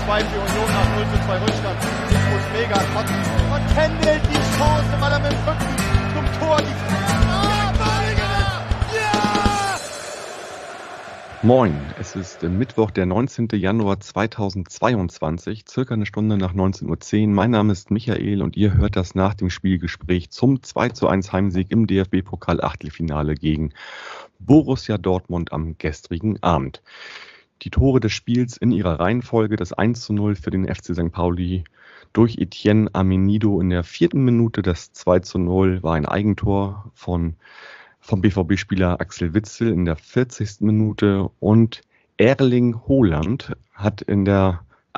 2 für Union nach 0:2 Rückstand. Nico Schläger trotzdem. Und Kendall die Chance, weil er mit dem Rücken zum Tor liegt. Moin, es ist Mittwoch, der 19. Januar 2022, circa eine Stunde nach 19:10 Uhr. Mein Name ist Michael und ihr hört das nach dem Spielgespräch zum 2:1 Heimsieg im DFB-Pokal-Achtelfinale gegen Borussia Dortmund am gestrigen Abend. Die Tore des Spiels in ihrer Reihenfolge: das 1:0 für den FC St. Pauli durch Etienne Amenido in der 4. Minute, das 2:0 war ein Eigentor vom BVB-Spieler Axel Witsel in der 40. Minute und Erling Haaland hat in der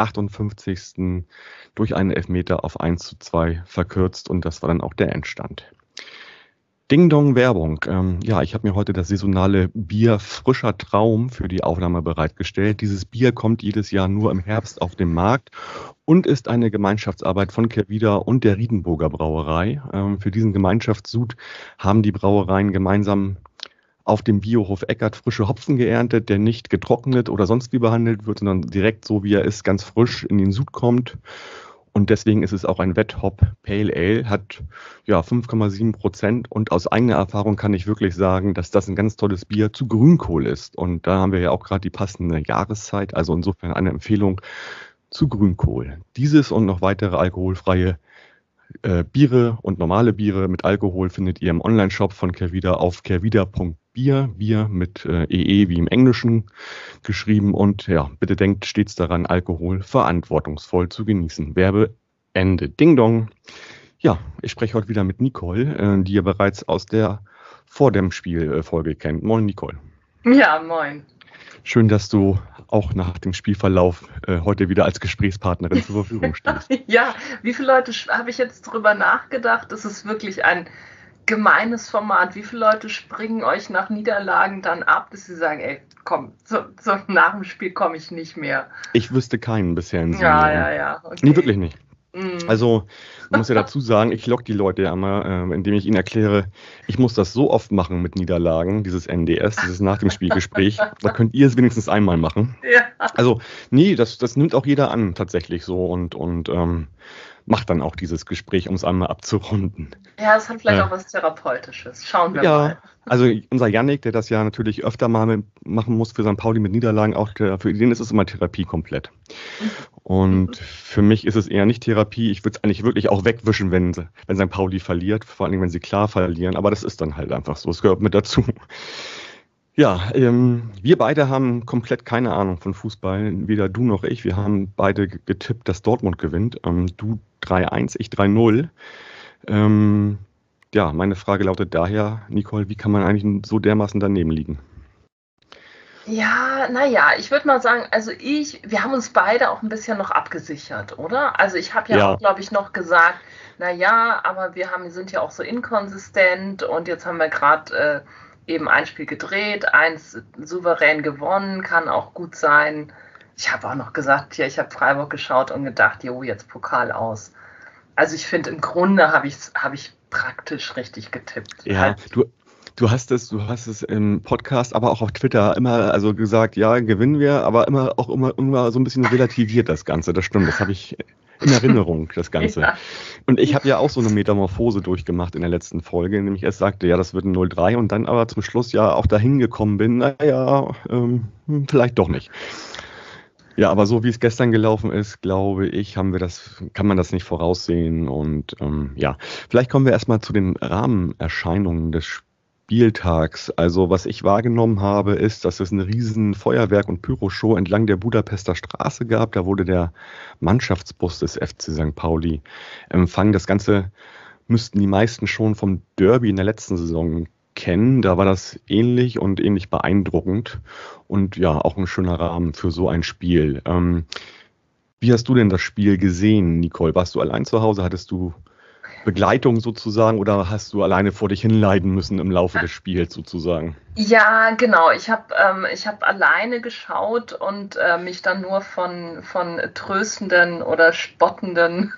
58. durch einen Elfmeter auf 1:2 verkürzt und das war dann auch der Endstand. Ding Dong Werbung. Ich habe mir heute das saisonale Bier Frischer Traum für die Aufnahme bereitgestellt. Dieses Bier kommt jedes Jahr nur im Herbst auf den Markt und ist eine Gemeinschaftsarbeit von Kehrwieder und der Riedenburger Brauerei. Für diesen Gemeinschaftssud haben die Brauereien gemeinsam auf dem Biohof Eckert frische Hopfen geerntet, der nicht getrocknet oder sonst wie behandelt wird, sondern direkt so wie er ist, ganz frisch in den Sud kommt. Und deswegen ist es auch ein Wet Hop Pale Ale, hat 5,7% und aus eigener Erfahrung kann ich wirklich sagen, dass das ein ganz tolles Bier zu Grünkohl ist. Und da haben wir ja auch gerade die passende Jahreszeit, also insofern eine Empfehlung zu Grünkohl. Dieses und noch weitere alkoholfreie Biere und normale Biere mit Alkohol findet ihr im Onlineshop von Kehrwieder auf kehrwieder.bier, Bier mit EE wie im Englischen geschrieben. Und ja, bitte denkt stets daran, Alkohol verantwortungsvoll zu genießen. Werbeende. Ding Dong. Ja, ich spreche heute wieder mit Nicole, die ihr bereits aus der Vor dem Spiel Folge kennt. Moin Nicole. Ja, moin. Schön, dass du auch nach dem Spielverlauf heute wieder als Gesprächspartnerin zur Verfügung stehst. Ja, wie viele Leute habe ich jetzt drüber nachgedacht? Das ist wirklich ein gemeines Format. Wie viele Leute springen euch nach Niederlagen dann ab, dass sie sagen, ey, komm, so nach dem Spiel komme ich nicht mehr? Ich wüsste keinen bisher in Ja. Okay. Nee, wirklich nicht. Also, man muss ja dazu sagen, ich lock die Leute ja immer, indem ich ihnen erkläre, ich muss das so oft machen mit Niederlagen, dieses NDS, dieses nach dem Spielgespräch. Da könnt ihr es wenigstens einmal machen. Ja. Also, nee, das nimmt auch jeder an, tatsächlich so und macht dann auch dieses Gespräch, um es einmal abzurunden. Ja, es hat vielleicht auch was Therapeutisches. Schauen wir mal. Also unser Yannick, der das ja natürlich öfter mal machen muss für St. Pauli mit Niederlagen, auch für den ist es immer Therapie komplett. Und für mich ist es eher nicht Therapie. Ich würde es eigentlich wirklich auch wegwischen, wenn St. Pauli verliert, vor allem wenn sie klar verlieren. Aber das ist dann halt einfach so. Es gehört mit dazu. Ja, wir beide haben komplett keine Ahnung von Fußball, weder du noch ich. Wir haben beide getippt, dass Dortmund gewinnt. Du 3:1, ich 3:0. Meine Frage lautet daher, Nicole, wie kann man eigentlich so dermaßen daneben liegen? Ja, naja, ich würde mal sagen, wir haben uns beide auch ein bisschen noch abgesichert, oder? Also ich habe auch, glaube ich, noch gesagt, naja, aber wir sind ja auch so inkonsistent und jetzt haben wir gerade eben ein Spiel gedreht, eins souverän gewonnen, kann auch gut sein. Ich habe auch noch gesagt, ich habe Freiburg geschaut und gedacht, jetzt Pokal aus. Also ich finde, im Grunde habe ich praktisch richtig getippt. Ja, du hast es im Podcast, aber auch auf Twitter immer gesagt, ja, gewinnen wir, aber immer so ein bisschen relativiert das Ganze. Das stimmt, das habe ich in Erinnerung, das Ganze. Ja. Und ich habe ja auch so eine Metamorphose durchgemacht in der letzten Folge, nämlich erst sagte, ja, das wird ein 0:3 und dann aber zum Schluss ja auch dahin gekommen bin, vielleicht doch nicht. Ja, aber so wie es gestern gelaufen ist, glaube ich, kann man das nicht voraussehen. Und vielleicht kommen wir erstmal zu den Rahmenerscheinungen des Spieltags. Also was ich wahrgenommen habe, ist, dass es eine riesen Feuerwerk- und Pyroshow entlang der Budapester Straße gab. Da wurde der Mannschaftsbus des FC St. Pauli empfangen. Das Ganze müssten die meisten schon vom Derby in der letzten Saison kennen. Da war das ähnlich beeindruckend und ja, auch ein schöner Rahmen für so ein Spiel. Wie hast du denn das Spiel gesehen, Nicole? Warst du allein zu Hause? Hattest du Begleitung sozusagen oder hast du alleine vor dich hinleiden müssen im Laufe des Spiels sozusagen? Ja, genau. Ich hab alleine geschaut und mich dann nur von tröstenden oder spottenden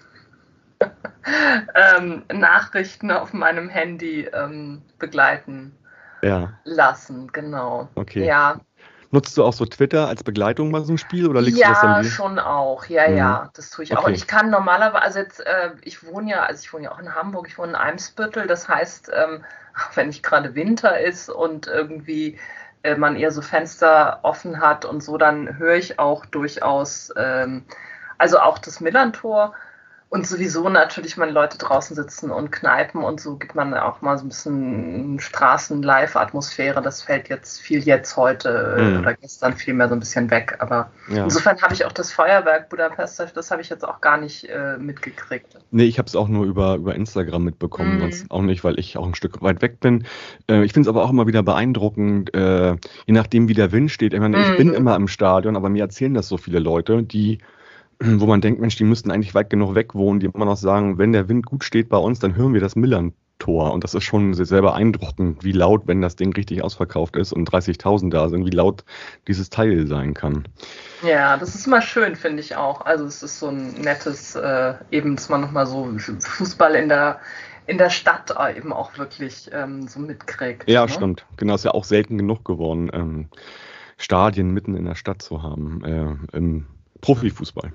Nachrichten auf meinem Handy begleiten lassen. Genau. Okay. Ja. Nutzt du auch so Twitter als Begleitung bei so einem Spiel oder legst du das Ja, dann schon auch. Ja, das tue ich auch. Und Okay. ich kann normalerweise, also jetzt, ich wohne ja auch in Hamburg, ich wohne in Eimsbüttel, das heißt, auch wenn nicht gerade Winter ist und irgendwie man eher so Fenster offen hat und so, dann höre ich auch durchaus, also auch das Millerntor. Und sowieso natürlich, wenn Leute draußen sitzen und Kneipen und so, gibt man auch mal so ein bisschen Straßen-Live-Atmosphäre. Das fällt jetzt heute oder gestern vielmehr so ein bisschen weg. Aber insofern habe ich auch das Feuerwerk Budapest, das habe ich jetzt auch gar nicht mitgekriegt. Nee, ich habe es auch nur über Instagram mitbekommen, sonst auch nicht, weil ich auch ein Stück weit weg bin. Ich finde es aber auch immer wieder beeindruckend, je nachdem wie der Wind steht. Ich meine, ich bin immer im Stadion, aber mir erzählen das so viele Leute, wo man denkt, Mensch, die müssten eigentlich weit genug weg wohnen, die immer noch sagen, wenn der Wind gut steht bei uns, dann hören wir das Millern-Tor. Und das ist schon sehr, sehr beeindruckend, wie laut, wenn das Ding richtig ausverkauft ist und 30.000 da sind, wie laut dieses Teil sein kann. Ja, das ist immer schön, finde ich auch. Also es ist so ein nettes, eben, dass man nochmal so Fußball in der Stadt eben auch wirklich so mitkriegt. Ja, ne? stimmt. Genau, ist ja auch selten genug geworden, Stadien mitten in der Stadt zu haben, im Profifußball.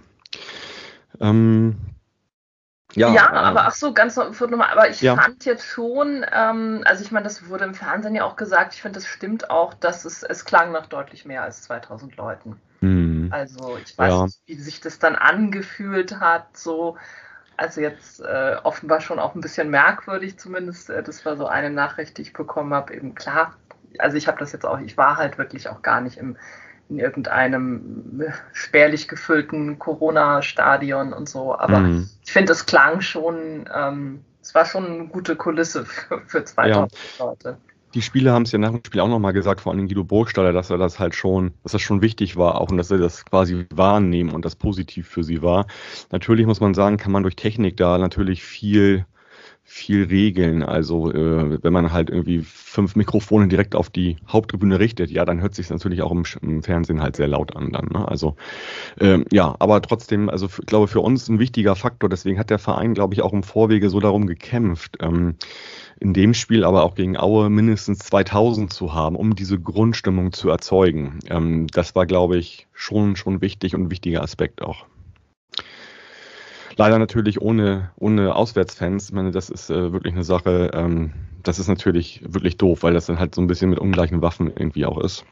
Aber ach so, ganz nochmal, aber ich fand jetzt schon, also ich meine, das wurde im Fernsehen ja auch gesagt, ich finde, das stimmt auch, dass es klang nach deutlich mehr als 2000 Leuten. Also ich weiß nicht, wie sich das dann angefühlt hat, so, also jetzt offenbar schon auch ein bisschen merkwürdig zumindest, das war so eine Nachricht, die ich bekommen habe, eben klar, also ich war halt wirklich auch gar nicht in irgendeinem spärlich gefüllten Corona-Stadion und so. Aber ich finde, es klang schon, es war schon eine gute Kulisse für 2000 Leute. Die Spieler haben es ja nach dem Spiel auch nochmal gesagt, vor allem Guido Burgstaller, dass das schon wichtig war auch und dass sie das quasi wahrnehmen und das positiv für sie war. Natürlich muss man sagen, kann man durch Technik da natürlich viel regeln. Also wenn man halt irgendwie 5 Mikrofone direkt auf die Haupttribüne richtet, ja, dann hört sich natürlich auch im Fernsehen halt sehr laut an dann. Ne? Also aber trotzdem, also ich glaube für uns ein wichtiger Faktor. Deswegen hat der Verein, glaube ich, auch im Vorwege so darum gekämpft, in dem Spiel aber auch gegen Aue mindestens 2000 zu haben, um diese Grundstimmung zu erzeugen. Das war, glaube ich, schon wichtig und ein wichtiger Aspekt auch. Leider natürlich ohne Auswärtsfans. Ich meine, das ist wirklich eine Sache, das ist natürlich wirklich doof, weil das dann halt so ein bisschen mit ungleichen Waffen irgendwie auch ist.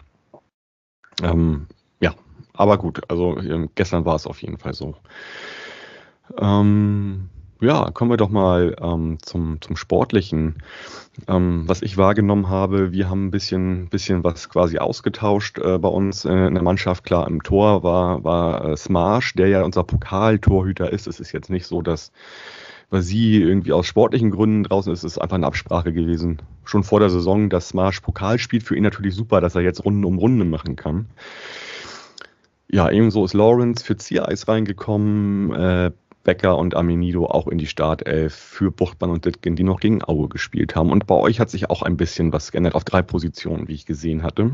Aber gut, also gestern war es auf jeden Fall so. Kommen wir doch mal zum Sportlichen. Was ich wahrgenommen habe, wir haben ein bisschen was quasi ausgetauscht bei uns in der Mannschaft. Klar, im Tor war Smash, der ja unser Pokaltorhüter ist. Es ist jetzt nicht so, dass weil sie irgendwie aus sportlichen Gründen draußen ist. Es ist einfach eine Absprache gewesen. Schon vor der Saison, dass Smash Pokal spielt, für ihn natürlich super, dass er jetzt Runde um Runde machen kann. Ja, ebenso ist Lawrence für Ziereis reingekommen, Becker und Amenido auch in die Startelf für Buchtmann und Dittgen, die noch gegen Aue gespielt haben. Und bei euch hat sich auch ein bisschen was geändert auf 3 Positionen, wie ich gesehen hatte.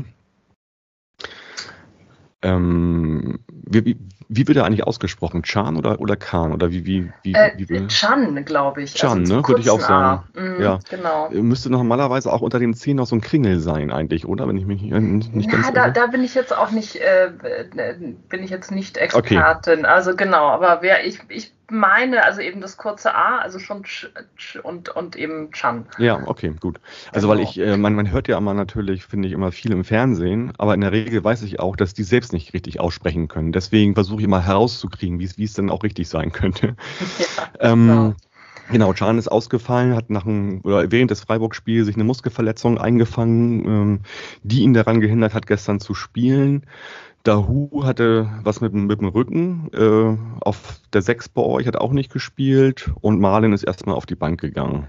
Wie wird er eigentlich ausgesprochen? Chan oder Khan? Oder wie Chan, glaube ich. Chan, also ne? Würde ich auch sagen. Ja, genau. Müsste normalerweise auch unter dem C noch so ein Kringel sein, eigentlich, oder? Wenn ich mich nicht ganz irre. Da bin ich jetzt auch nicht, Expertin. Okay. Also genau, aber ich meine, also eben das kurze A, also schon und eben Chan. Ja, okay, gut. Also genau. Weil man hört ja immer natürlich, finde ich, immer viel im Fernsehen, aber in der Regel weiß ich auch, dass die selbst nicht richtig aussprechen können. Deswegen versuche ich immer herauszukriegen, wie es denn auch richtig sein könnte. Ja, genau, Chan ist ausgefallen, hat während des Freiburg-Spiels sich eine Muskelverletzung eingefangen, die ihn daran gehindert hat, gestern zu spielen. Dahu hatte was mit dem Rücken, auf der 6 bei euch, hat auch nicht gespielt und Marlin ist erstmal auf die Bank gegangen.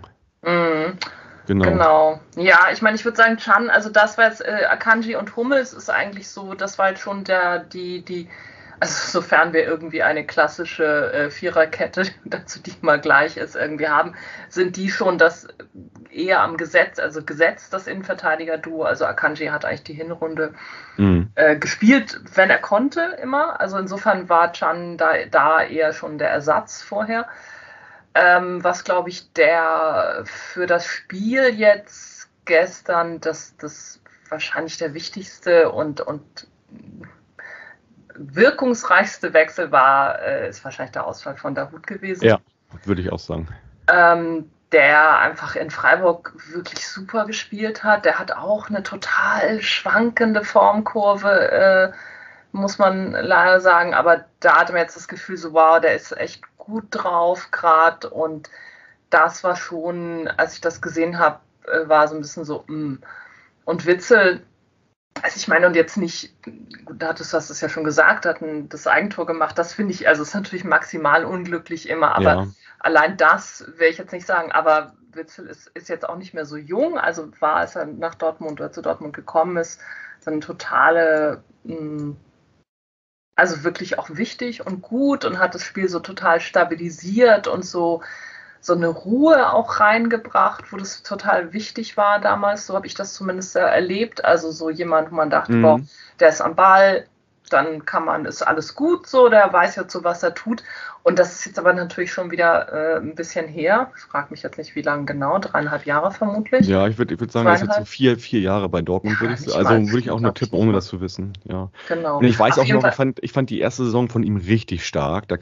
Genau. Ja, ich meine, ich würde sagen, Chan, also das war jetzt Akanji und Hummels ist eigentlich so, das war jetzt schon also sofern wir irgendwie eine klassische Viererkette, dazu die mal gleich ist, irgendwie haben, sind die schon das eher am Gesetz, das Innenverteidiger-Duo. Also Akanji hat eigentlich die Hinrunde gespielt, wenn er konnte, immer. Also insofern war Chan da eher schon der Ersatz vorher. Was, glaube ich, für das Spiel jetzt gestern das wahrscheinlich der wichtigste und wirkungsreichste Wechsel ist wahrscheinlich der Ausfall von Dahoud gewesen. Ja, würde ich auch sagen. Der einfach in Freiburg wirklich super gespielt hat. Der hat auch eine total schwankende Formkurve, muss man leider sagen. Aber da hatte man jetzt das Gefühl, so wow, der ist echt gut drauf gerade. Und das war schon, als ich das gesehen habe, war so ein bisschen so, Und Witsel, also ich meine, und jetzt nicht, du hast es ja schon gesagt, hat das Eigentor gemacht, das finde ich, also ist natürlich maximal unglücklich immer, aber allein das will ich jetzt nicht sagen, aber Witsel ist jetzt auch nicht mehr so jung, also als er nach Dortmund oder zu Dortmund gekommen ist, so eine totale, also wirklich auch wichtig und gut und hat das Spiel so total stabilisiert und so eine Ruhe auch reingebracht, wo das total wichtig war damals. So habe ich das zumindest erlebt. Also so jemand, wo man dachte, boah, der ist am Ball, dann ist alles gut so, der weiß jetzt so, was er tut. Und das ist jetzt aber natürlich schon wieder ein bisschen her. Ich frage mich jetzt nicht, wie lange genau, 3,5 Jahre vermutlich. Ja, ich würd sagen, das ist jetzt so 4 Jahre bei Dortmund, Ja, würde ich auch nur tippen, ohne das zu wissen. Ja. Genau. Und ich weiß auch noch, ich fand die erste Saison von ihm richtig stark. Hat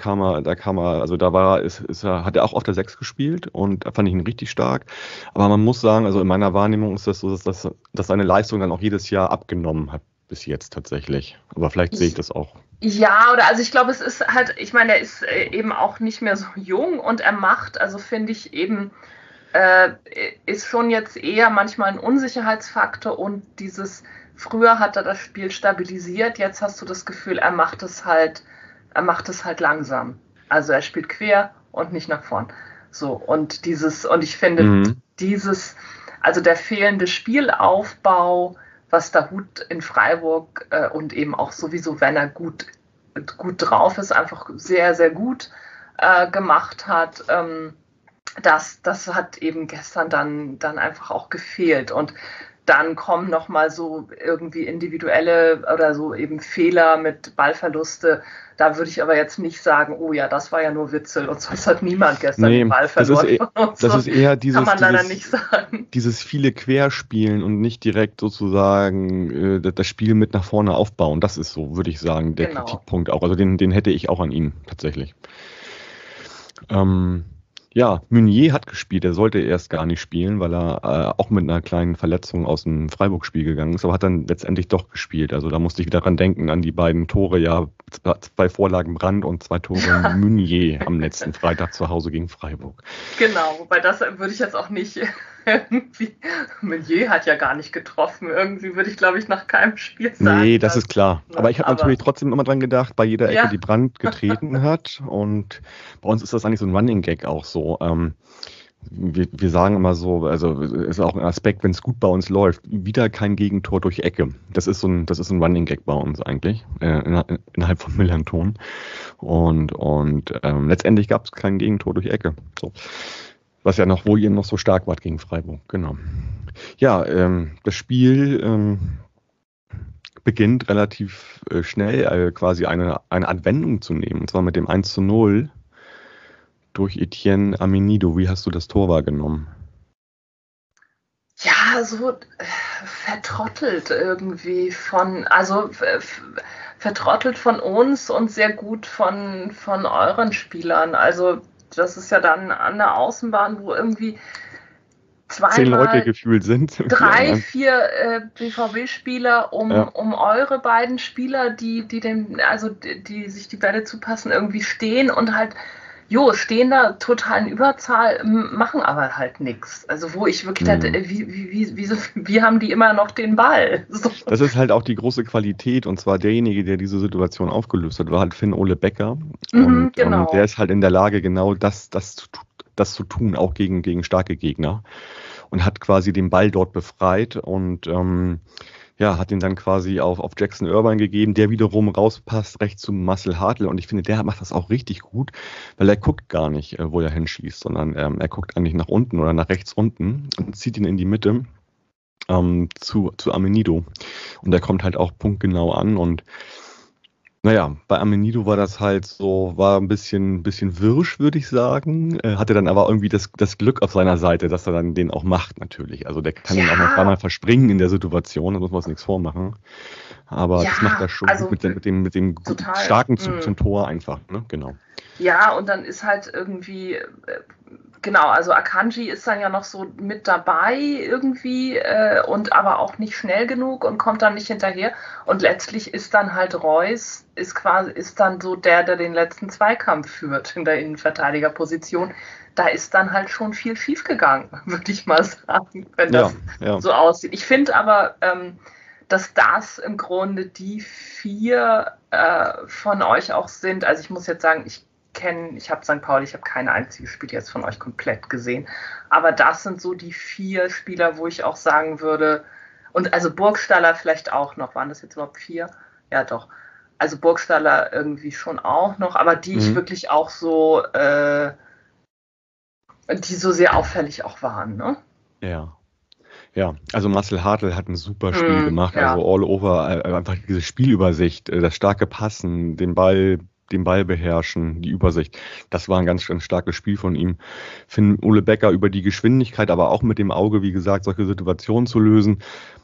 er auch auf der 6 gespielt und da fand ich ihn richtig stark. Aber man muss sagen, also in meiner Wahrnehmung ist das so, dass seine Leistung dann auch jedes Jahr abgenommen hat. Bis jetzt tatsächlich. Aber vielleicht sehe ich das auch. Ja, also ich glaube, es ist halt, ich meine, er ist eben auch nicht mehr so jung und er macht, also finde ich eben, ist schon jetzt eher manchmal ein Unsicherheitsfaktor und früher hat er das Spiel stabilisiert, jetzt hast du das Gefühl, er macht es halt langsam. Also er spielt quer und nicht nach vorn. So, und ich finde, also der fehlende Spielaufbau, was Dahoud in Freiburg und eben auch sowieso, wenn er gut drauf ist, einfach sehr, sehr gut gemacht hat, das hat eben gestern dann einfach auch gefehlt. Und dann kommen nochmal so irgendwie individuelle oder so eben Fehler mit Ballverluste. Da würde ich aber jetzt nicht sagen, oh ja, das war ja nur Witzel und sonst hat niemand gestern den Ball verloren. Das ist eher kann man leider nicht sagen. Dieses viele Querspielen und nicht direkt sozusagen das Spiel mit nach vorne aufbauen. Das ist so, würde ich sagen, der Kritikpunkt auch. Also den hätte ich auch an ihm tatsächlich. Ja, Meunier hat gespielt, er sollte erst gar nicht spielen, weil er auch mit einer kleinen Verletzung aus dem Freiburg-Spiel gegangen ist, aber hat dann letztendlich doch gespielt. Also da musste ich wieder dran denken, an die beiden Tore, 2 Vorlagen Brandt und 2 Tore Meunier am letzten Freitag zu Hause gegen Freiburg. Genau, wobei das würde ich jetzt auch nicht irgendwie, Meunier hat ja gar nicht getroffen, irgendwie würde ich, glaube ich, nach keinem Spiel sagen. Nee, das ist klar. Aber ich habe natürlich trotzdem immer dran gedacht, bei jeder Ecke, die Brandt getreten hat, und bei uns ist das eigentlich so ein Running Gag auch so. Wir sagen immer so, also ist auch ein Aspekt, wenn es gut bei uns läuft, wieder kein Gegentor durch Ecke. Das ist ein Running Gag bei uns eigentlich, innerhalb von Millanton. Und letztendlich gab es kein Gegentor durch Ecke. So. Wo ihr noch so stark wart gegen Freiburg, genau. Ja, das Spiel beginnt relativ schnell, quasi eine Art Wendung zu nehmen, und zwar mit dem 1:0 durch Etienne Amenido. Wie hast du das Tor wahrgenommen? Ja, so vertrottelt irgendwie vertrottelt von uns und sehr gut von euren Spielern. Also das ist ja dann an der Außenbahn, wo irgendwie 10 Leute gefühlt sind. 3, 4 BVB-Spieler um eure beiden Spieler, die sich die Bälle zupassen, irgendwie stehen und halt stehen da total in Überzahl, machen aber halt nichts. Also wo ich wirklich dachte, wie haben die immer noch den Ball? So. Das ist halt auch die große Qualität, und zwar derjenige, der diese Situation aufgelöst hat, war halt Finn-Ole Becker. Und der ist halt in der Lage, genau das zu tun, auch gegen starke Gegner. Und hat quasi den Ball dort befreit und hat ihn dann quasi auf Jackson Irvine gegeben, der wiederum rauspasst rechts zu Marcel Hartl, und ich finde, der macht das auch richtig gut, weil er guckt gar nicht, wo er hinschießt, sondern er guckt eigentlich nach unten oder nach rechts unten und zieht ihn in die Mitte zu Amenido, und der kommt halt auch punktgenau an. Und naja, bei Amenido war das halt so, war ein bisschen wirsch, würde ich sagen. Hatte dann aber irgendwie das Glück auf seiner Seite, dass er dann den auch macht, natürlich. Also der kann ihn auch noch einmal verspringen in der Situation, da muss man uns nichts vormachen. Aber das macht er schon also gut mit dem total. starken Zug zum Tor einfach, ne? Genau. Ja, und dann ist halt irgendwie, genau, also Akanji ist dann ja noch so mit dabei irgendwie und aber auch nicht schnell genug und kommt dann nicht hinterher. Und letztlich ist dann halt Reus, ist dann so der den letzten Zweikampf führt in der Innenverteidigerposition. Da ist dann halt schon viel schiefgegangen, würde ich mal sagen, wenn das so aussieht. Ich finde aber, dass das im Grunde die 4 von euch auch sind. Also ich muss jetzt sagen, ich habe St. Pauli, ich habe keine einzige Spiel jetzt von euch komplett gesehen. Aber das sind so die 4 Spieler, wo ich auch sagen würde, und also Burgstaller vielleicht auch noch. Waren das jetzt überhaupt 4? Ja, doch. Also Burgstaller irgendwie schon auch noch, aber die ich wirklich auch so, die so sehr auffällig auch waren, ne? Ja, also Marcel Hartl hat ein super Spiel gemacht, also all over, einfach diese Spielübersicht, das starke Passen, den Ball beherrschen, die Übersicht. Das war ein ganz, ganz starkes Spiel von ihm. Finde Ole Becker über die Geschwindigkeit, aber auch mit dem Auge, wie gesagt, solche Situationen zu lösen.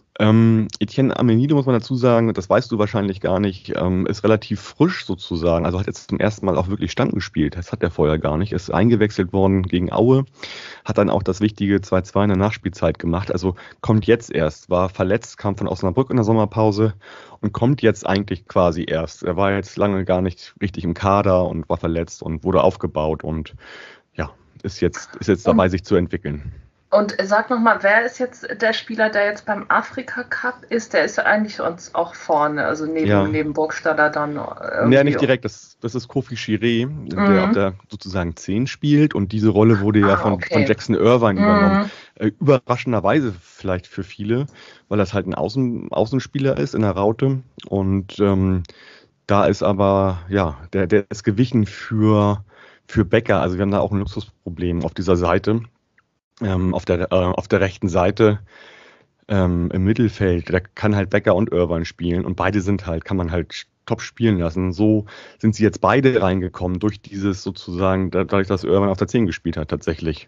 Etienne Amenido, muss man dazu sagen, das weißt du wahrscheinlich gar nicht, ist relativ frisch sozusagen, also hat jetzt zum ersten Mal auch wirklich Stand gespielt, das hat er vorher gar nicht, ist eingewechselt worden gegen Aue, hat dann auch das wichtige 2-2 in der Nachspielzeit gemacht, also kommt jetzt erst, war verletzt, kam von Osnabrück in der Sommerpause und kommt jetzt eigentlich quasi erst. Er war jetzt lange gar nicht richtig im Kader und war verletzt und wurde aufgebaut und ja, ist jetzt dabei, sich zu entwickeln. Und sag nochmal, wer ist jetzt der Spieler, der jetzt beim Afrika Cup ist? Der ist eigentlich uns auch vorne, also neben Burgstaller dann. Ja, nicht direkt, das ist Kofi Chiré, der auf der sozusagen 10 spielt und diese Rolle wurde ja von Jackson Irvine übernommen. Überraschenderweise vielleicht für viele, weil das halt ein Außenspieler ist in der Raute und da ist aber, ja, der ist gewichen für Becker, also wir haben da auch ein Luxusproblem auf dieser Seite. Auf der rechten Seite im Mittelfeld, da kann halt Becker und Irvine spielen und beide kann man halt top spielen lassen. So sind sie jetzt beide reingekommen durch dieses sozusagen, dadurch, dass Irvine auf der 10 gespielt hat tatsächlich.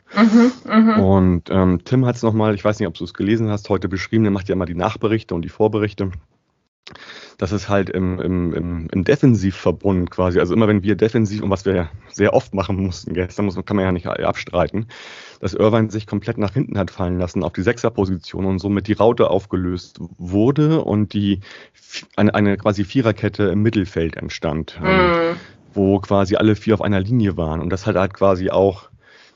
Und Tim hat es nochmal, ich weiß nicht, ob du es gelesen hast, heute beschrieben, der macht ja immer die Nachberichte und die Vorberichte. Das ist halt im Defensivverbund quasi, also immer wenn wir defensiv, und was wir ja sehr oft machen mussten gestern, kann man ja nicht abstreiten, dass Irvine sich komplett nach hinten hat fallen lassen auf die 6er-Position und somit die Raute aufgelöst wurde und eine quasi Viererkette im Mittelfeld entstand, wo quasi alle 4 auf einer Linie waren und das hat halt quasi auch,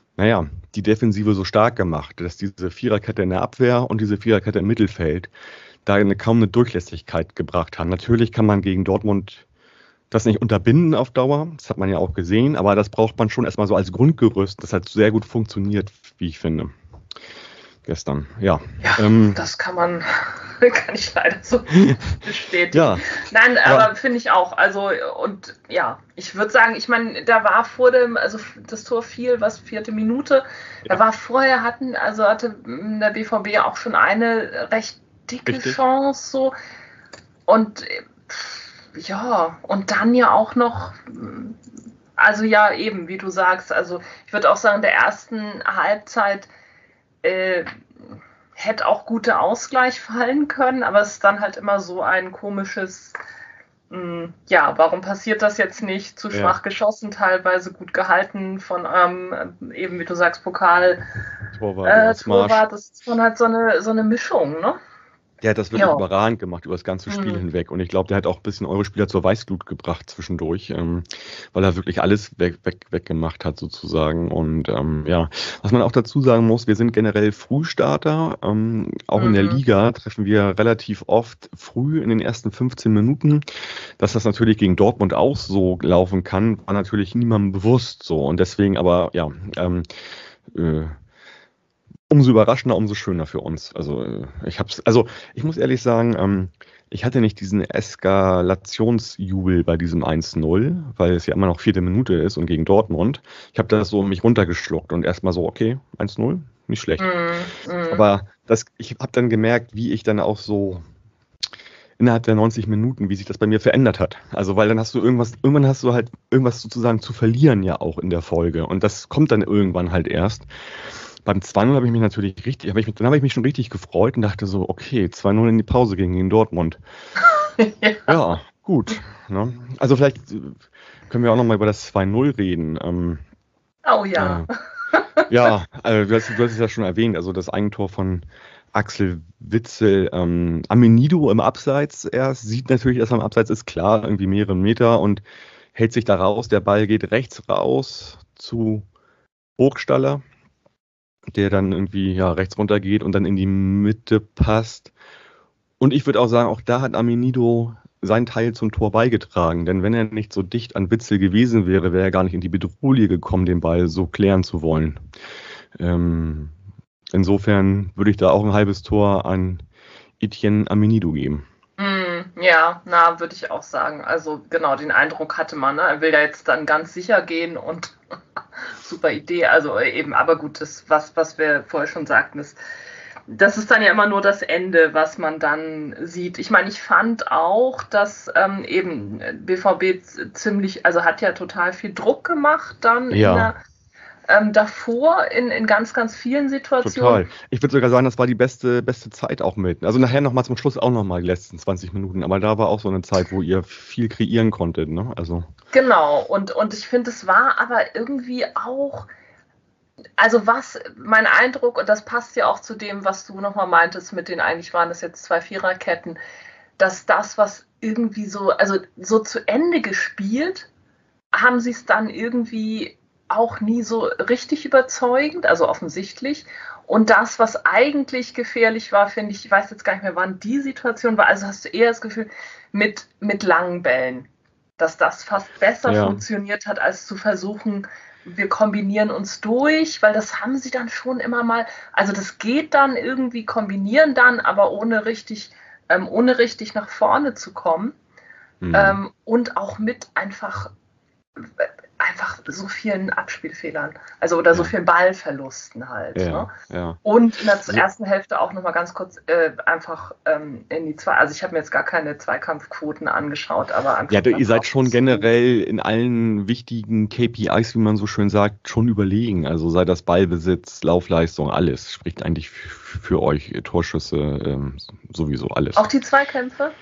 die Defensive so stark gemacht, dass diese Viererkette in der Abwehr und diese Viererkette im Mittelfeld da kaum eine Durchlässigkeit gebracht haben. Natürlich kann man gegen Dortmund das nicht unterbinden auf Dauer, das hat man ja auch gesehen, aber das braucht man schon erstmal so als Grundgerüst. Das hat sehr gut funktioniert, wie ich finde, gestern. Ja, das kann ich leider so bestätigen. Ja, nein, aber finde ich auch. Also, und ja, ich würde sagen, ich meine, da war also das Tor fiel, 4. Minute, da war vorher hatte der BVB auch schon eine recht dicke Chance so und und dann ja auch noch, also ja eben, wie du sagst, also ich würde auch sagen, in der ersten Halbzeit hätte auch guter Ausgleich fallen können, aber es ist dann halt immer so ein komisches, warum passiert das jetzt nicht? Zu schwach geschossen, teilweise gut gehalten von eben, wie du sagst, Torwart, das ist dann halt so eine Mischung, ne? Der hat das wirklich überragend gemacht über das ganze Spiel hinweg. Und ich glaube, der hat auch ein bisschen eure Spieler zur Weißglut gebracht zwischendurch, weil er wirklich alles weggemacht hat sozusagen. Und was man auch dazu sagen muss, wir sind generell Frühstarter. Auch in der Liga treffen wir relativ oft früh in den ersten 15 Minuten. Dass das natürlich gegen Dortmund auch so laufen kann, war natürlich niemandem bewusst so. Und deswegen aber, umso überraschender, umso schöner für uns. Also ich muss ehrlich sagen, ich hatte nicht diesen Eskalationsjubel bei diesem 1-0, weil es ja immer noch 4. Minute ist und gegen Dortmund. Ich habe das so mich runtergeschluckt und erstmal so, okay, 1-0, nicht schlecht. Aber ich habe dann gemerkt, wie ich dann auch so innerhalb der 90 Minuten, wie sich das bei mir verändert hat. Also weil dann irgendwann hast du halt irgendwas sozusagen zu verlieren ja auch in der Folge und das kommt dann irgendwann halt erst. Beim 2-0 habe ich mich schon richtig gefreut und dachte so, okay, 2-0 in die Pause gegen Dortmund. Ja, gut. Ne? Also vielleicht können wir auch nochmal über das 2-0 reden. Oh ja. Ja, also du hast es ja schon erwähnt, also das Eigentor von Axel Witsel. Amenido im Abseits erst, sieht natürlich, dass er im Abseits ist, klar, irgendwie mehrere Meter und hält sich da raus. Der Ball geht rechts raus zu Burgstaller, der dann irgendwie ja, rechts runter geht und dann in die Mitte passt. Und ich würde auch sagen, auch da hat Amenido seinen Teil zum Tor beigetragen. Denn wenn er nicht so dicht an Witzel gewesen wäre, wäre er gar nicht in die Bedrohung gekommen, den Ball so klären zu wollen. Insofern würde ich da auch ein halbes Tor an Etienne Amenido geben. Ja, würde ich auch sagen. Also genau, den Eindruck hatte man. Ne? Er will ja jetzt dann ganz sicher gehen und super Idee. Also eben, aber gut, das, was wir vorher schon sagten, das ist dann ja immer nur das Ende, was man dann sieht. Ich meine, ich fand auch, dass eben BVB ziemlich, also hat ja total viel Druck gemacht dann davor in ganz, ganz vielen Situationen. Total. Ich würde sogar sagen, das war die beste Zeit auch mit. Also nachher nochmal zum Schluss auch nochmal die letzten 20 Minuten. Aber da war auch so eine Zeit, wo ihr viel kreieren konntet. Ne? Also. Genau. Und ich finde, es war aber irgendwie auch, also was mein Eindruck, und das passt ja auch zu dem, was du nochmal meintest, mit den eigentlich waren das jetzt 2 Viererketten, dass das, was irgendwie so, also so zu Ende gespielt, haben sie es dann irgendwie auch nie so richtig überzeugend, also offensichtlich. Und das, was eigentlich gefährlich war, finde ich weiß jetzt gar nicht mehr, wann die Situation war, also hast du eher das Gefühl, mit langen Bällen, dass das fast besser funktioniert hat, als zu versuchen, wir kombinieren uns durch, weil das haben sie dann schon immer mal, also das geht dann irgendwie, kombinieren dann, aber ohne richtig nach vorne zu kommen. Und auch mit einfach so vielen Abspielfehlern, also oder so vielen Ballverlusten halt. Ja, ne? Ja. Und in der ersten Hälfte auch nochmal ganz kurz einfach in die also ich habe mir jetzt gar keine Zweikampfquoten angeschaut, aber einfach. Ja, ihr seid schon generell in allen wichtigen KPIs, wie man so schön sagt, schon überlegen. Also sei das Ballbesitz, Laufleistung, alles spricht eigentlich für euch. Torschüsse, sowieso alles. Auch die Zweikämpfe?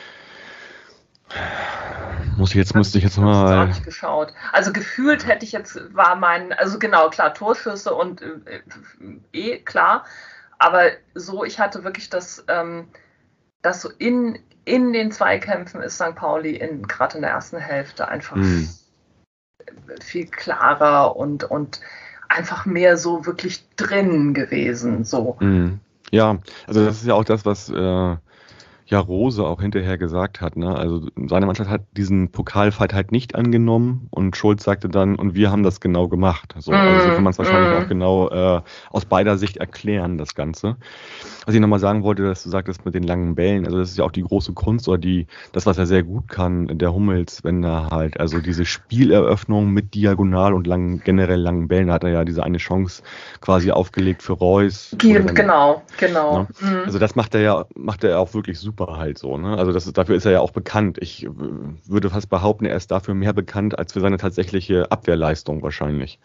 Müsste ich jetzt mal. Ich habe auch nicht geschaut. Also gefühlt also genau, klar, Torschüsse und klar. Aber so, ich hatte wirklich das so in den Zweikämpfen ist St. Pauli gerade in der ersten Hälfte einfach viel klarer und einfach mehr so wirklich drin gewesen. So. Ja, also das ist ja auch das, was Rose auch hinterher gesagt hat. Ne? Also seine Mannschaft hat diesen Pokalfight halt nicht angenommen und Schulz sagte dann, und wir haben das genau gemacht. Also so kann man es wahrscheinlich auch genau aus beider Sicht erklären, das Ganze. Was ich nochmal sagen wollte, dass du sagtest mit den langen Bällen, also das ist ja auch die große Kunst oder das, was er sehr gut kann, der Hummels, wenn er halt, also diese Spieleröffnung mit Diagonal und generell langen Bällen, da hat er ja diese eine Chance quasi aufgelegt für Reus. Genau. Ne? Also das macht er auch wirklich super halt so. Ne? Also dafür ist er ja auch bekannt. Ich würde fast behaupten, er ist dafür mehr bekannt als für seine tatsächliche Abwehrleistung wahrscheinlich.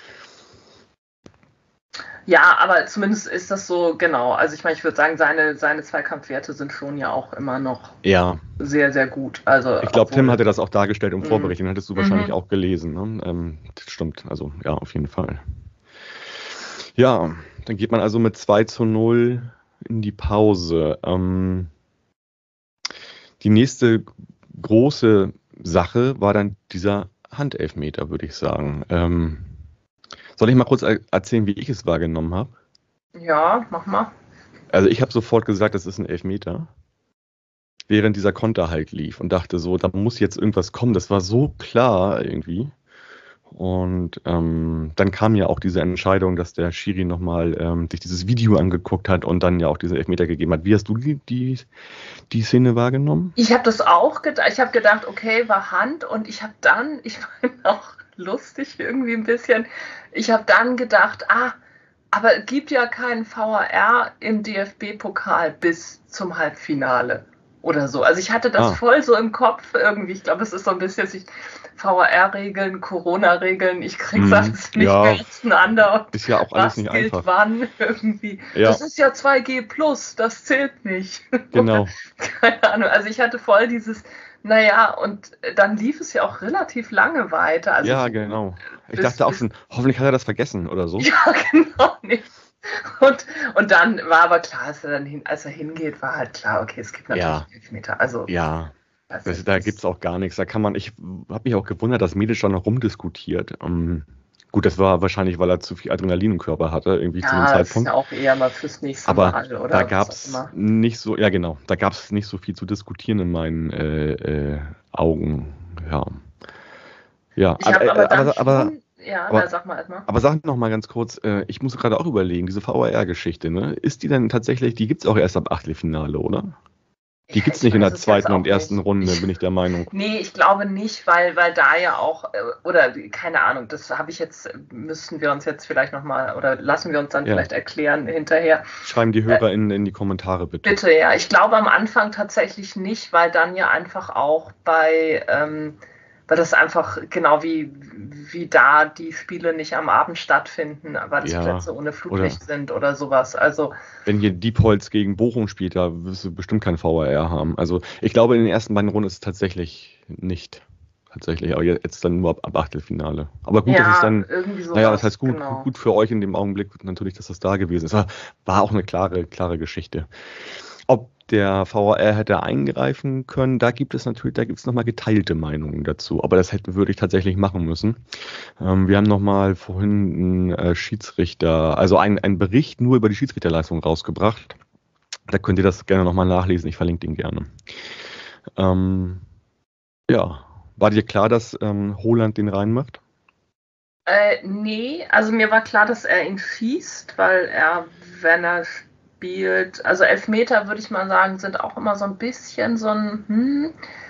Ja, aber zumindest ist das so, genau. Also ich meine, ich würde sagen, seine Zweikampfwerte sind schon ja auch immer noch sehr, sehr gut. Also ich glaube, Tim hatte das auch dargestellt im Vorbericht, den hattest du wahrscheinlich auch gelesen. Ne? Das stimmt, also ja, auf jeden Fall. Ja, dann geht man also mit 2-0 in die Pause. Die nächste große Sache war dann dieser Handelfmeter, würde ich sagen. Soll ich mal kurz erzählen, wie ich es wahrgenommen habe? Ja, mach mal. Also ich habe sofort gesagt, das ist ein Elfmeter, während dieser Konter halt lief und dachte so, da muss jetzt irgendwas kommen. Das war so klar irgendwie. Und dann kam ja auch diese Entscheidung, dass der Schiri nochmal sich dieses Video angeguckt hat und dann ja auch diese Elfmeter gegeben hat. Wie hast du die Szene wahrgenommen? Ich habe das auch gedacht. Ich habe gedacht, okay, war Hand. Und ich meine auch lustig irgendwie ein bisschen, ich habe dann gedacht, aber es gibt ja keinen VAR im DFB-Pokal bis zum Halbfinale. oder so. Also ich hatte das voll so im Kopf irgendwie. Ich glaube, es ist so ein bisschen VAR-Regeln, Corona-Regeln, ich krieg's alles nicht mehr auseinander. Ist ja auch alles nicht einfach. Wann irgendwie. Ja. Das ist ja 2G+, das zählt nicht. Genau. Keine Ahnung. Also ich hatte voll dieses, naja, und dann lief es ja auch relativ lange weiter. Also ja, genau. Ich dachte auch schon, hoffentlich hat er das vergessen oder so. Ja, genau, nicht. Und dann war aber klar, als er hingeht, war halt klar, okay, es gibt natürlich Elfmeter. Also, ja, da gibt es auch gar nichts. Ich habe mich auch gewundert, dass Medic schon noch rumdiskutiert. Gut, das war wahrscheinlich, weil er zu viel Adrenalin im Körper hatte, irgendwie zu dem Zeitpunkt. Das ist ja auch eher mal fürs nächste aber Mal, oder? Da gab es nicht so, ja genau, da gab es nicht so viel zu diskutieren in meinen Augen. Ja. Ich habe aber sag mal erstmal. Aber sag noch mal ganz kurz, ich muss gerade auch überlegen, diese VAR-Geschichte, ne? Ist die denn tatsächlich, die gibt es auch erst ab Achtelfinale, oder? Die gibt es nicht in der zweiten und ersten Runde, bin ich der Meinung. Nee, ich glaube nicht, weil da ja auch, oder keine Ahnung, das müssten wir uns jetzt vielleicht nochmal, oder lassen wir uns dann vielleicht erklären hinterher. Schreiben die Hörer in die Kommentare bitte. Bitte, ja. Ich glaube am Anfang tatsächlich nicht, weil dann ja einfach auch weil das einfach genau wie da die Spiele nicht am Abend stattfinden, weil es Plätze ohne Flutlicht sind oder sowas. Also wenn hier Diepholz gegen Bochum spielt, da wirst du bestimmt kein VAR haben. Also ich glaube, in den ersten beiden Runden ist es tatsächlich nicht. Aber jetzt dann nur ab Achtelfinale. Aber gut, das ist dann, das heißt gut für euch in dem Augenblick natürlich, dass das da gewesen ist. War auch eine klare Geschichte. Ob der VAR hätte eingreifen können, da gibt es nochmal geteilte Meinungen dazu. Aber das würde ich tatsächlich machen müssen. Wir haben nochmal vorhin einen Schiedsrichter, also einen Bericht nur über die Schiedsrichterleistung rausgebracht. Da könnt ihr das gerne nochmal nachlesen. Ich verlinke den gerne. War dir klar, dass Haaland den reinmacht? Nee, also mir war klar, dass er ihn schießt, weil wenn er spielt, also Elfmeter, würde ich mal sagen, sind auch immer so ein bisschen so ein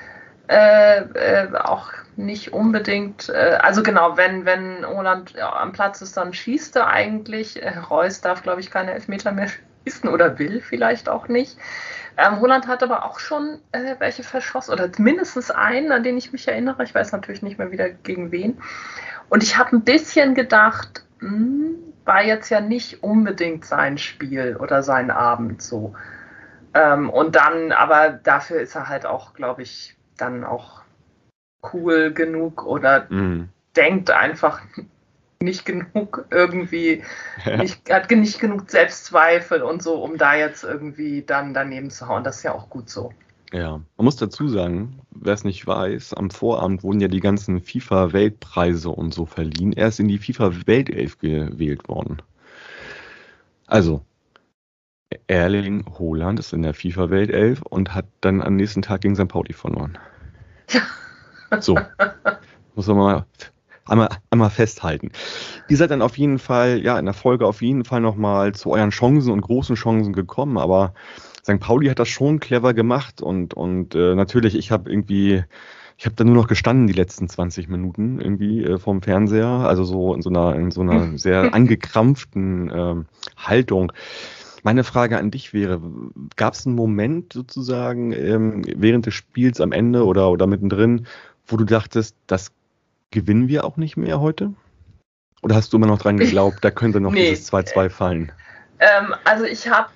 auch nicht unbedingt, also genau, wenn Haaland am Platz ist, dann schießt er eigentlich. Reus darf, glaube ich, keine Elfmeter mehr schießen oder will vielleicht auch nicht. Haaland hat aber auch schon welche verschossen, oder mindestens einen, an den ich mich erinnere. Ich weiß natürlich nicht mehr wieder gegen wen. Und ich habe ein bisschen gedacht, war jetzt ja nicht unbedingt sein Spiel oder sein Abend so. Und dann, aber dafür ist er halt auch, glaube ich, dann auch cool genug oder denkt einfach nicht genug irgendwie, hat nicht genug Selbstzweifel und so, um da jetzt irgendwie dann daneben zu hauen. Das ist ja auch gut so. Ja, man muss dazu sagen, wer es nicht weiß, am Vorabend wurden ja die ganzen FIFA-Weltpreise und so verliehen. Er ist in die FIFA-Weltelf gewählt worden. Also, Erling Haaland ist in der FIFA-Weltelf und hat dann am nächsten Tag gegen St. Pauli verloren. So, muss man mal einmal festhalten. Ihr seid dann auf jeden Fall, in der Folge auf jeden Fall nochmal zu euren Chancen und großen Chancen gekommen, aber St. Pauli hat das schon clever gemacht und natürlich, ich habe da nur noch gestanden die letzten 20 Minuten irgendwie vorm Fernseher, also so in so einer sehr angekrampften Haltung. Meine Frage an dich wäre, gab es einen Moment sozusagen während des Spiels am Ende oder mittendrin, wo du dachtest, das gewinnen wir auch nicht mehr heute? Oder hast du immer noch dran geglaubt, da könnte noch dieses 2-2 fallen? Also ich habe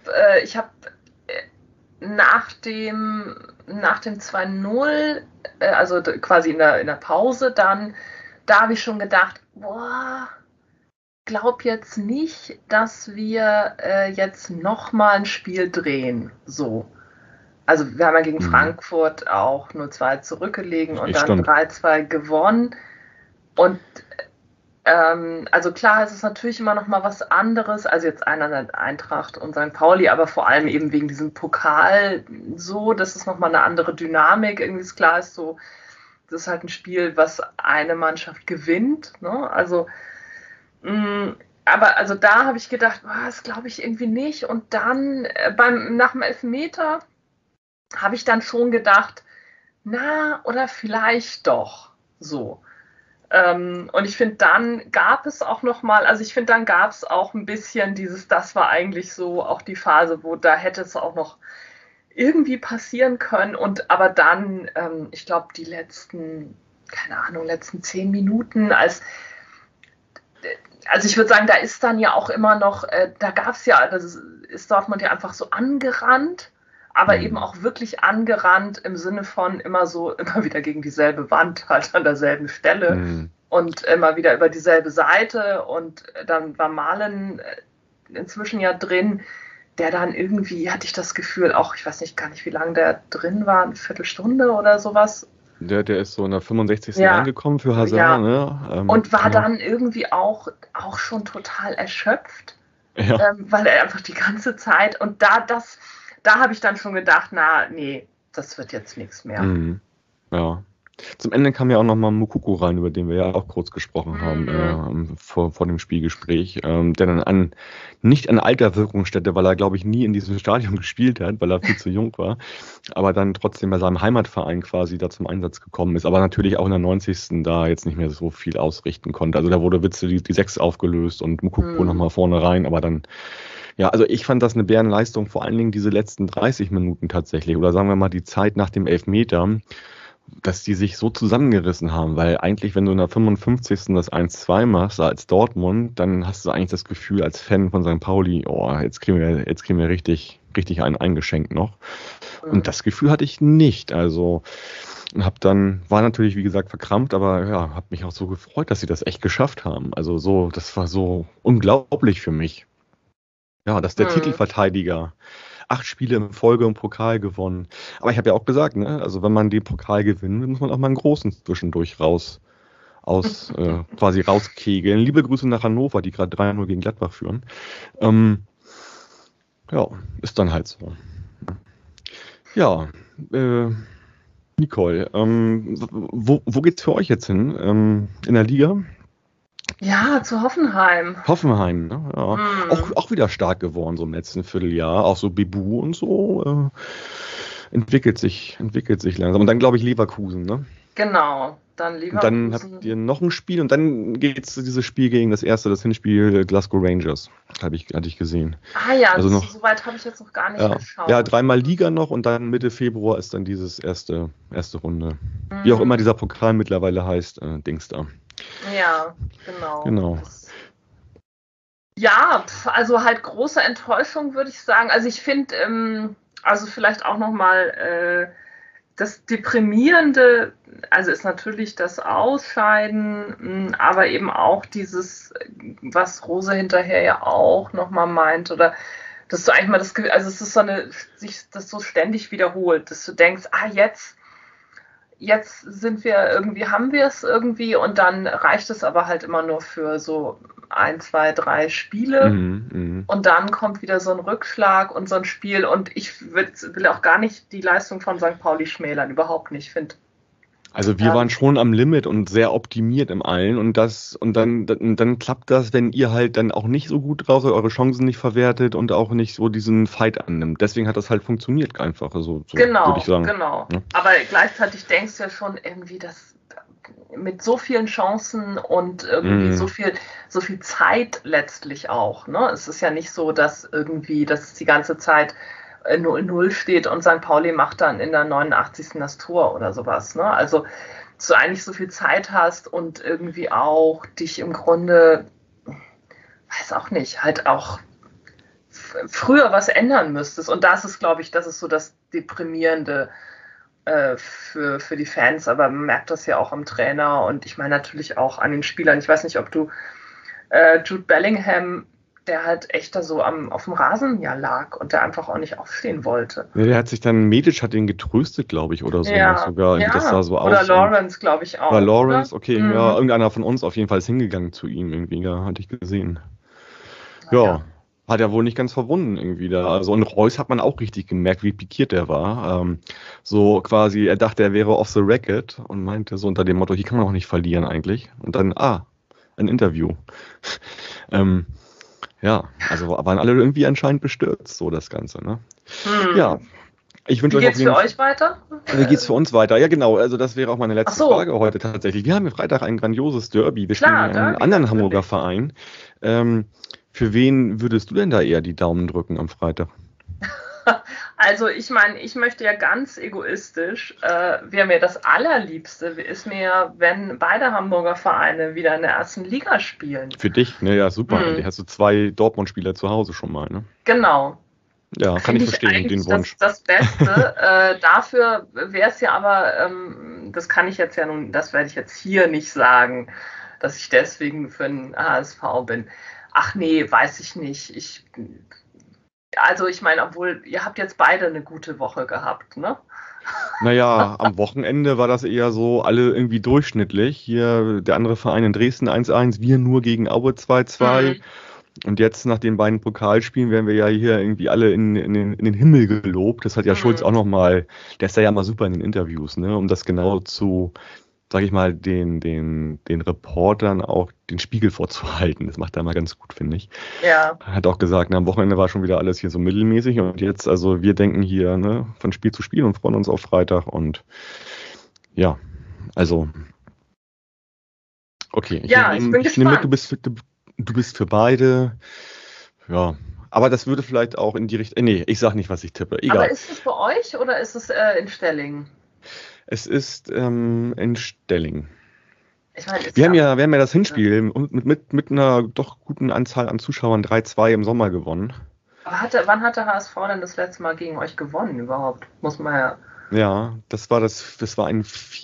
nach dem 2-0, also quasi in der Pause, da habe ich schon gedacht, glaub jetzt nicht, dass wir jetzt nochmal ein Spiel drehen. So. Also wir haben ja gegen Frankfurt auch 0-2 zurückgelegen und dann 3-2 gewonnen. Und also klar, es ist natürlich immer noch mal was anderes, also jetzt einerseits Eintracht und St. Pauli, aber vor allem eben wegen diesem Pokal so, das ist noch mal eine andere Dynamik, irgendwie ist klar, ist so, das ist halt ein Spiel, was eine Mannschaft gewinnt, ne? Also aber also da habe ich gedacht, das glaube ich irgendwie nicht, und dann nach dem Elfmeter habe ich dann schon gedacht, oder vielleicht doch so. Und ich finde, dann gab es auch nochmal, also ich finde, dann gab es auch ein bisschen das war eigentlich so auch die Phase, wo da hätte es auch noch irgendwie passieren können. Und aber dann, ich glaube, die letzten 10 Minuten, also ich würde sagen, da ist dann ja auch immer noch, da gab es ja, das ist Dortmund ja einfach so angerannt, aber eben auch wirklich angerannt im Sinne von immer wieder gegen dieselbe Wand, halt an derselben Stelle und immer wieder über dieselbe Seite. Und dann war Malen inzwischen ja drin, der dann irgendwie, hatte ich das Gefühl, auch, ich weiß nicht gar nicht, wie lange der drin war, eine Viertelstunde oder sowas. Der ist so in der 65. angekommen für Hazard. Ja. Ne? Und war dann irgendwie auch schon total erschöpft, weil er einfach die ganze Zeit, und da habe ich dann schon gedacht, nee, das wird jetzt nichts mehr. Ja. Zum Ende kam ja auch nochmal Moukoko rein, über den wir ja auch kurz gesprochen haben vor dem Spielgespräch, der dann nicht an alter Wirkungsstätte, weil er, glaube ich, nie in diesem Stadion gespielt hat, weil er viel zu jung war, aber dann trotzdem bei seinem Heimatverein quasi da zum Einsatz gekommen ist, aber natürlich auch in der 90. da jetzt nicht mehr so viel ausrichten konnte. Also da wurde Witze die 6 aufgelöst und Moukoko nochmal vorne rein, aber dann, ja, also ich fand das eine Bärenleistung, vor allen Dingen diese letzten 30 Minuten tatsächlich, oder sagen wir mal die Zeit nach dem Elfmeter, dass die sich so zusammengerissen haben, weil eigentlich, wenn du in der 55. das 1-2 machst als Dortmund, dann hast du eigentlich das Gefühl als Fan von St. Pauli, jetzt kriegen wir richtig einen eingeschenkt noch. Und das Gefühl hatte ich nicht. Also war natürlich, wie gesagt, verkrampft, aber ja, habe mich auch so gefreut, dass sie das echt geschafft haben. Also das war so unglaublich für mich. Ja, dass der Titelverteidiger 8 Spiele in Folge im Pokal gewonnen. Aber ich habe ja auch gesagt, ne, also wenn man den Pokal gewinnt, muss man auch mal einen großen zwischendurch quasi rauskegeln. Liebe Grüße nach Hannover, die gerade 3-0 gegen Gladbach führen. Ja, ist dann halt so. Ja, Nicole, wo geht's für euch jetzt hin? In der Liga? Ja, zu Hoffenheim. Hoffenheim, ne? Ja. Auch wieder stark geworden, so im letzten Vierteljahr. Auch so Bebu und so entwickelt sich langsam. Und dann, glaube ich, Leverkusen, ne? Genau, dann Leverkusen. Und dann habt ihr noch ein Spiel und dann geht es dieses Spiel gegen das Hinspiel Glasgow Rangers. Hatte ich gesehen. Ja, also so weit habe ich jetzt noch gar nicht geschaut. Ja, 3-mal Liga noch und dann Mitte Februar ist dann dieses erste Runde. Wie auch immer dieser Pokal mittlerweile heißt, Dings da. Ja, genau. Ja, also halt große Enttäuschung, würde ich sagen. Also ich finde, also vielleicht auch nochmal das Deprimierende, also ist natürlich das Ausscheiden, aber eben auch dieses, was Rose hinterher ja auch nochmal meint, oder dass du eigentlich mal das Gefühl, also es ist sich das so ständig wiederholt, dass du denkst, jetzt haben wir es irgendwie, und dann reicht es aber halt immer nur für so 1, 2, 3 Spiele und dann kommt wieder so ein Rückschlag und so ein Spiel, und ich will auch gar nicht die Leistung von St. Pauli schmälern, überhaupt nicht, finde. Also wir waren schon am Limit und sehr optimiert im Allen und dann klappt das, wenn ihr halt dann auch nicht so gut drauf seid, eure Chancen nicht verwertet und auch nicht so diesen Fight annimmt. Deswegen hat das halt funktioniert einfach, so würde ich sagen. Genau. Ja. Aber gleichzeitig denkst du ja schon irgendwie, dass mit so vielen Chancen und irgendwie so viel Zeit letztlich auch, ne? Es ist ja nicht so, dass es die ganze Zeit 0-0 steht und St. Pauli macht dann in der 89. das Tor oder sowas, ne? Also, dass du eigentlich so viel Zeit hast und irgendwie auch dich im Grunde, weiß auch nicht, halt auch früher was ändern müsstest. Und das ist, glaube ich, so das Deprimierende für die Fans, aber man merkt das ja auch am Trainer und ich meine natürlich auch an den Spielern. Ich weiß nicht, ob du Jude Bellingham, der halt echt da so auf dem Rasen lag und der einfach auch nicht aufstehen wollte. Ja, der hat sich dann, Medic hat ihn getröstet, glaube ich, oder so. Sogar, das sah so aus. Oder Lawrence, glaube ich auch. Oder Lawrence, okay, ja, irgendeiner von uns auf jeden Fall ist hingegangen zu ihm irgendwie, ja, hatte ich gesehen. Ja. Hat er wohl nicht ganz verwunden irgendwie da. Also und Reus hat man auch richtig gemerkt, wie pikiert er war. So quasi, er dachte, er wäre off the record und meinte so unter dem Motto, hier kann man auch nicht verlieren eigentlich. Und dann, ein Interview. Ja, also waren alle irgendwie anscheinend bestürzt, so das Ganze, ne? Ja. Ich wünsche euch auf jeden Fall. Wie geht's für euch weiter? Wie geht's für uns weiter? Ja, genau. Also das wäre auch meine letzte Frage heute tatsächlich. Wir haben ja Freitag ein grandioses Derby. Wir spielen einen anderen Hamburger Verein. Für wen würdest du denn da eher die Daumen drücken am Freitag? Also ich meine, ich möchte ja ganz egoistisch, wäre mir das Allerliebste, ist mir, wenn beide Hamburger Vereine wieder in der ersten Liga spielen. Für dich, ne, ja, super. Endlich hast du 2 Dortmund-Spieler zu Hause schon mal, ne? Genau. Ja, kann ich verstehen, den Wunsch. Das Beste. Dafür wäre es ja aber, das kann ich jetzt ja nun, das werde ich jetzt hier nicht sagen, dass ich deswegen für den HSV bin. Ach nee, weiß ich nicht. Also ich meine, obwohl, ihr habt jetzt beide eine gute Woche gehabt, ne? Naja, am Wochenende war das eher so, alle irgendwie durchschnittlich. Hier der andere Verein in Dresden 1-1, wir nur gegen Aue 2-2. Und jetzt nach den beiden Pokalspielen werden wir ja hier irgendwie alle in den Himmel gelobt. Das hat ja Schulz auch nochmal, der ist ja mal super in den Interviews, ne, um das genau zu, sag ich mal, den Reportern auch den Spiegel vorzuhalten. Das macht er mal ganz gut, finde ich. Ja. Er hat auch gesagt, na, am Wochenende war schon wieder alles hier so mittelmäßig und jetzt, also wir denken hier, ne, von Spiel zu Spiel und freuen uns auf Freitag und ja, also okay. Ich bin gespannt. Mit, du bist für beide, ja, aber das würde vielleicht auch in die Richtung, nee, ich sag nicht, was ich tippe, egal. Aber ist es bei euch oder ist es in Stelling? Es ist in Stelling. Ich meine, wir haben ja das Hinspiel mit einer doch guten Anzahl an Zuschauern 3-2 im Sommer gewonnen. Aber wann hat der HSV denn das letzte Mal gegen euch gewonnen überhaupt? Muss man ja. Ja, das war ein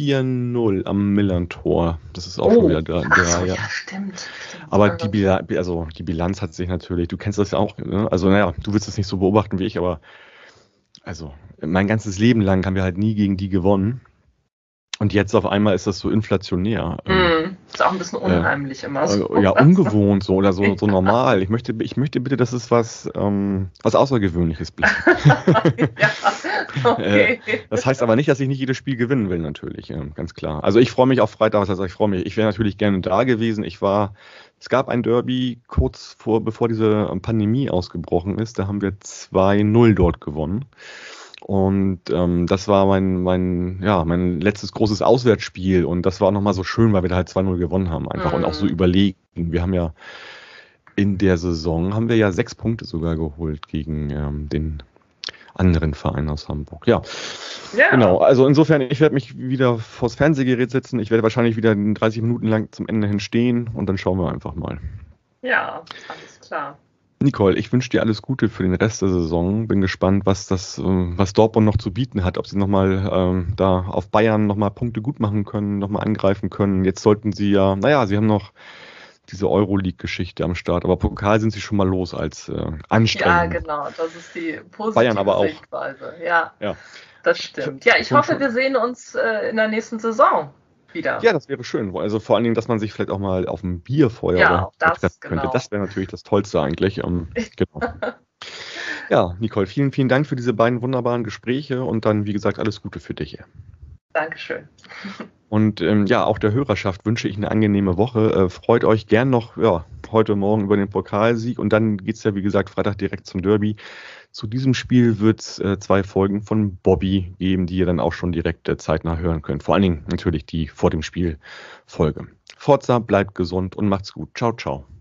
4-0 am Millern-Tor. Das ist auch schon wieder da. Ja, stimmt. Aber die Bilanz hat sich natürlich, du kennst das ja auch, ne? Also naja, du willst es nicht so beobachten wie ich, aber also mein ganzes Leben lang haben wir halt nie gegen die gewonnen. Und jetzt auf einmal ist das so inflationär. Ist auch ein bisschen unheimlich immer so. Ja, ungewohnt so oder so normal. Ich möchte bitte, dass es was Außergewöhnliches bleibt. Ja, okay. Das heißt aber nicht, dass ich nicht jedes Spiel gewinnen will, natürlich, ganz klar. Also ich freue mich auf Freitag, was heißt, ich freue mich. Ich wäre natürlich gerne da gewesen. Es gab ein Derby bevor diese Pandemie ausgebrochen ist. Da haben wir 2-0 dort gewonnen. Und das war mein letztes großes Auswärtsspiel und das war auch nochmal so schön, weil wir da halt 2-0 gewonnen haben einfach und auch so überlegen. Wir haben ja in der Saison 6 Punkte sogar geholt gegen den anderen Verein aus Hamburg. Ja, genau. Also insofern, ich werde mich wieder vors Fernsehgerät setzen. Ich werde wahrscheinlich wieder 30 Minuten lang zum Ende hin stehen und dann schauen wir einfach mal. Ja, alles klar. Nicole, ich wünsche dir alles Gute für den Rest der Saison. Bin gespannt, was Dortmund noch zu bieten hat. Ob sie nochmal da auf Bayern nochmal Punkte gut machen können, nochmal angreifen können. Jetzt sollten sie sie haben noch diese Euroleague-Geschichte am Start. Aber Pokal sind sie schon mal los als anstrengend. Ja, genau. Das ist die positive Bayern aber auch. Sichtweise. Ja, das stimmt. Ja, ich hoffe, wir sehen uns in der nächsten Saison wieder. Ja, das wäre schön. Also vor allen Dingen, dass man sich vielleicht auch mal auf ein Bierfeuer treffen könnte. Das wäre natürlich das Tollste eigentlich. Genau. Ja, Nicole, vielen, vielen Dank für diese beiden wunderbaren Gespräche und dann, wie gesagt, alles Gute für dich. Dankeschön. Und auch der Hörerschaft wünsche ich eine angenehme Woche. Freut euch gern noch heute Morgen über den Pokalsieg und dann geht es ja, wie gesagt, Freitag direkt zum Derby. Zu diesem Spiel wird es 2 Folgen von Bobby geben, die ihr dann auch schon direkt zeitnah hören könnt. Vor allen Dingen natürlich die vor dem Spiel Folge. Forza, bleibt gesund und macht's gut. Ciao, ciao.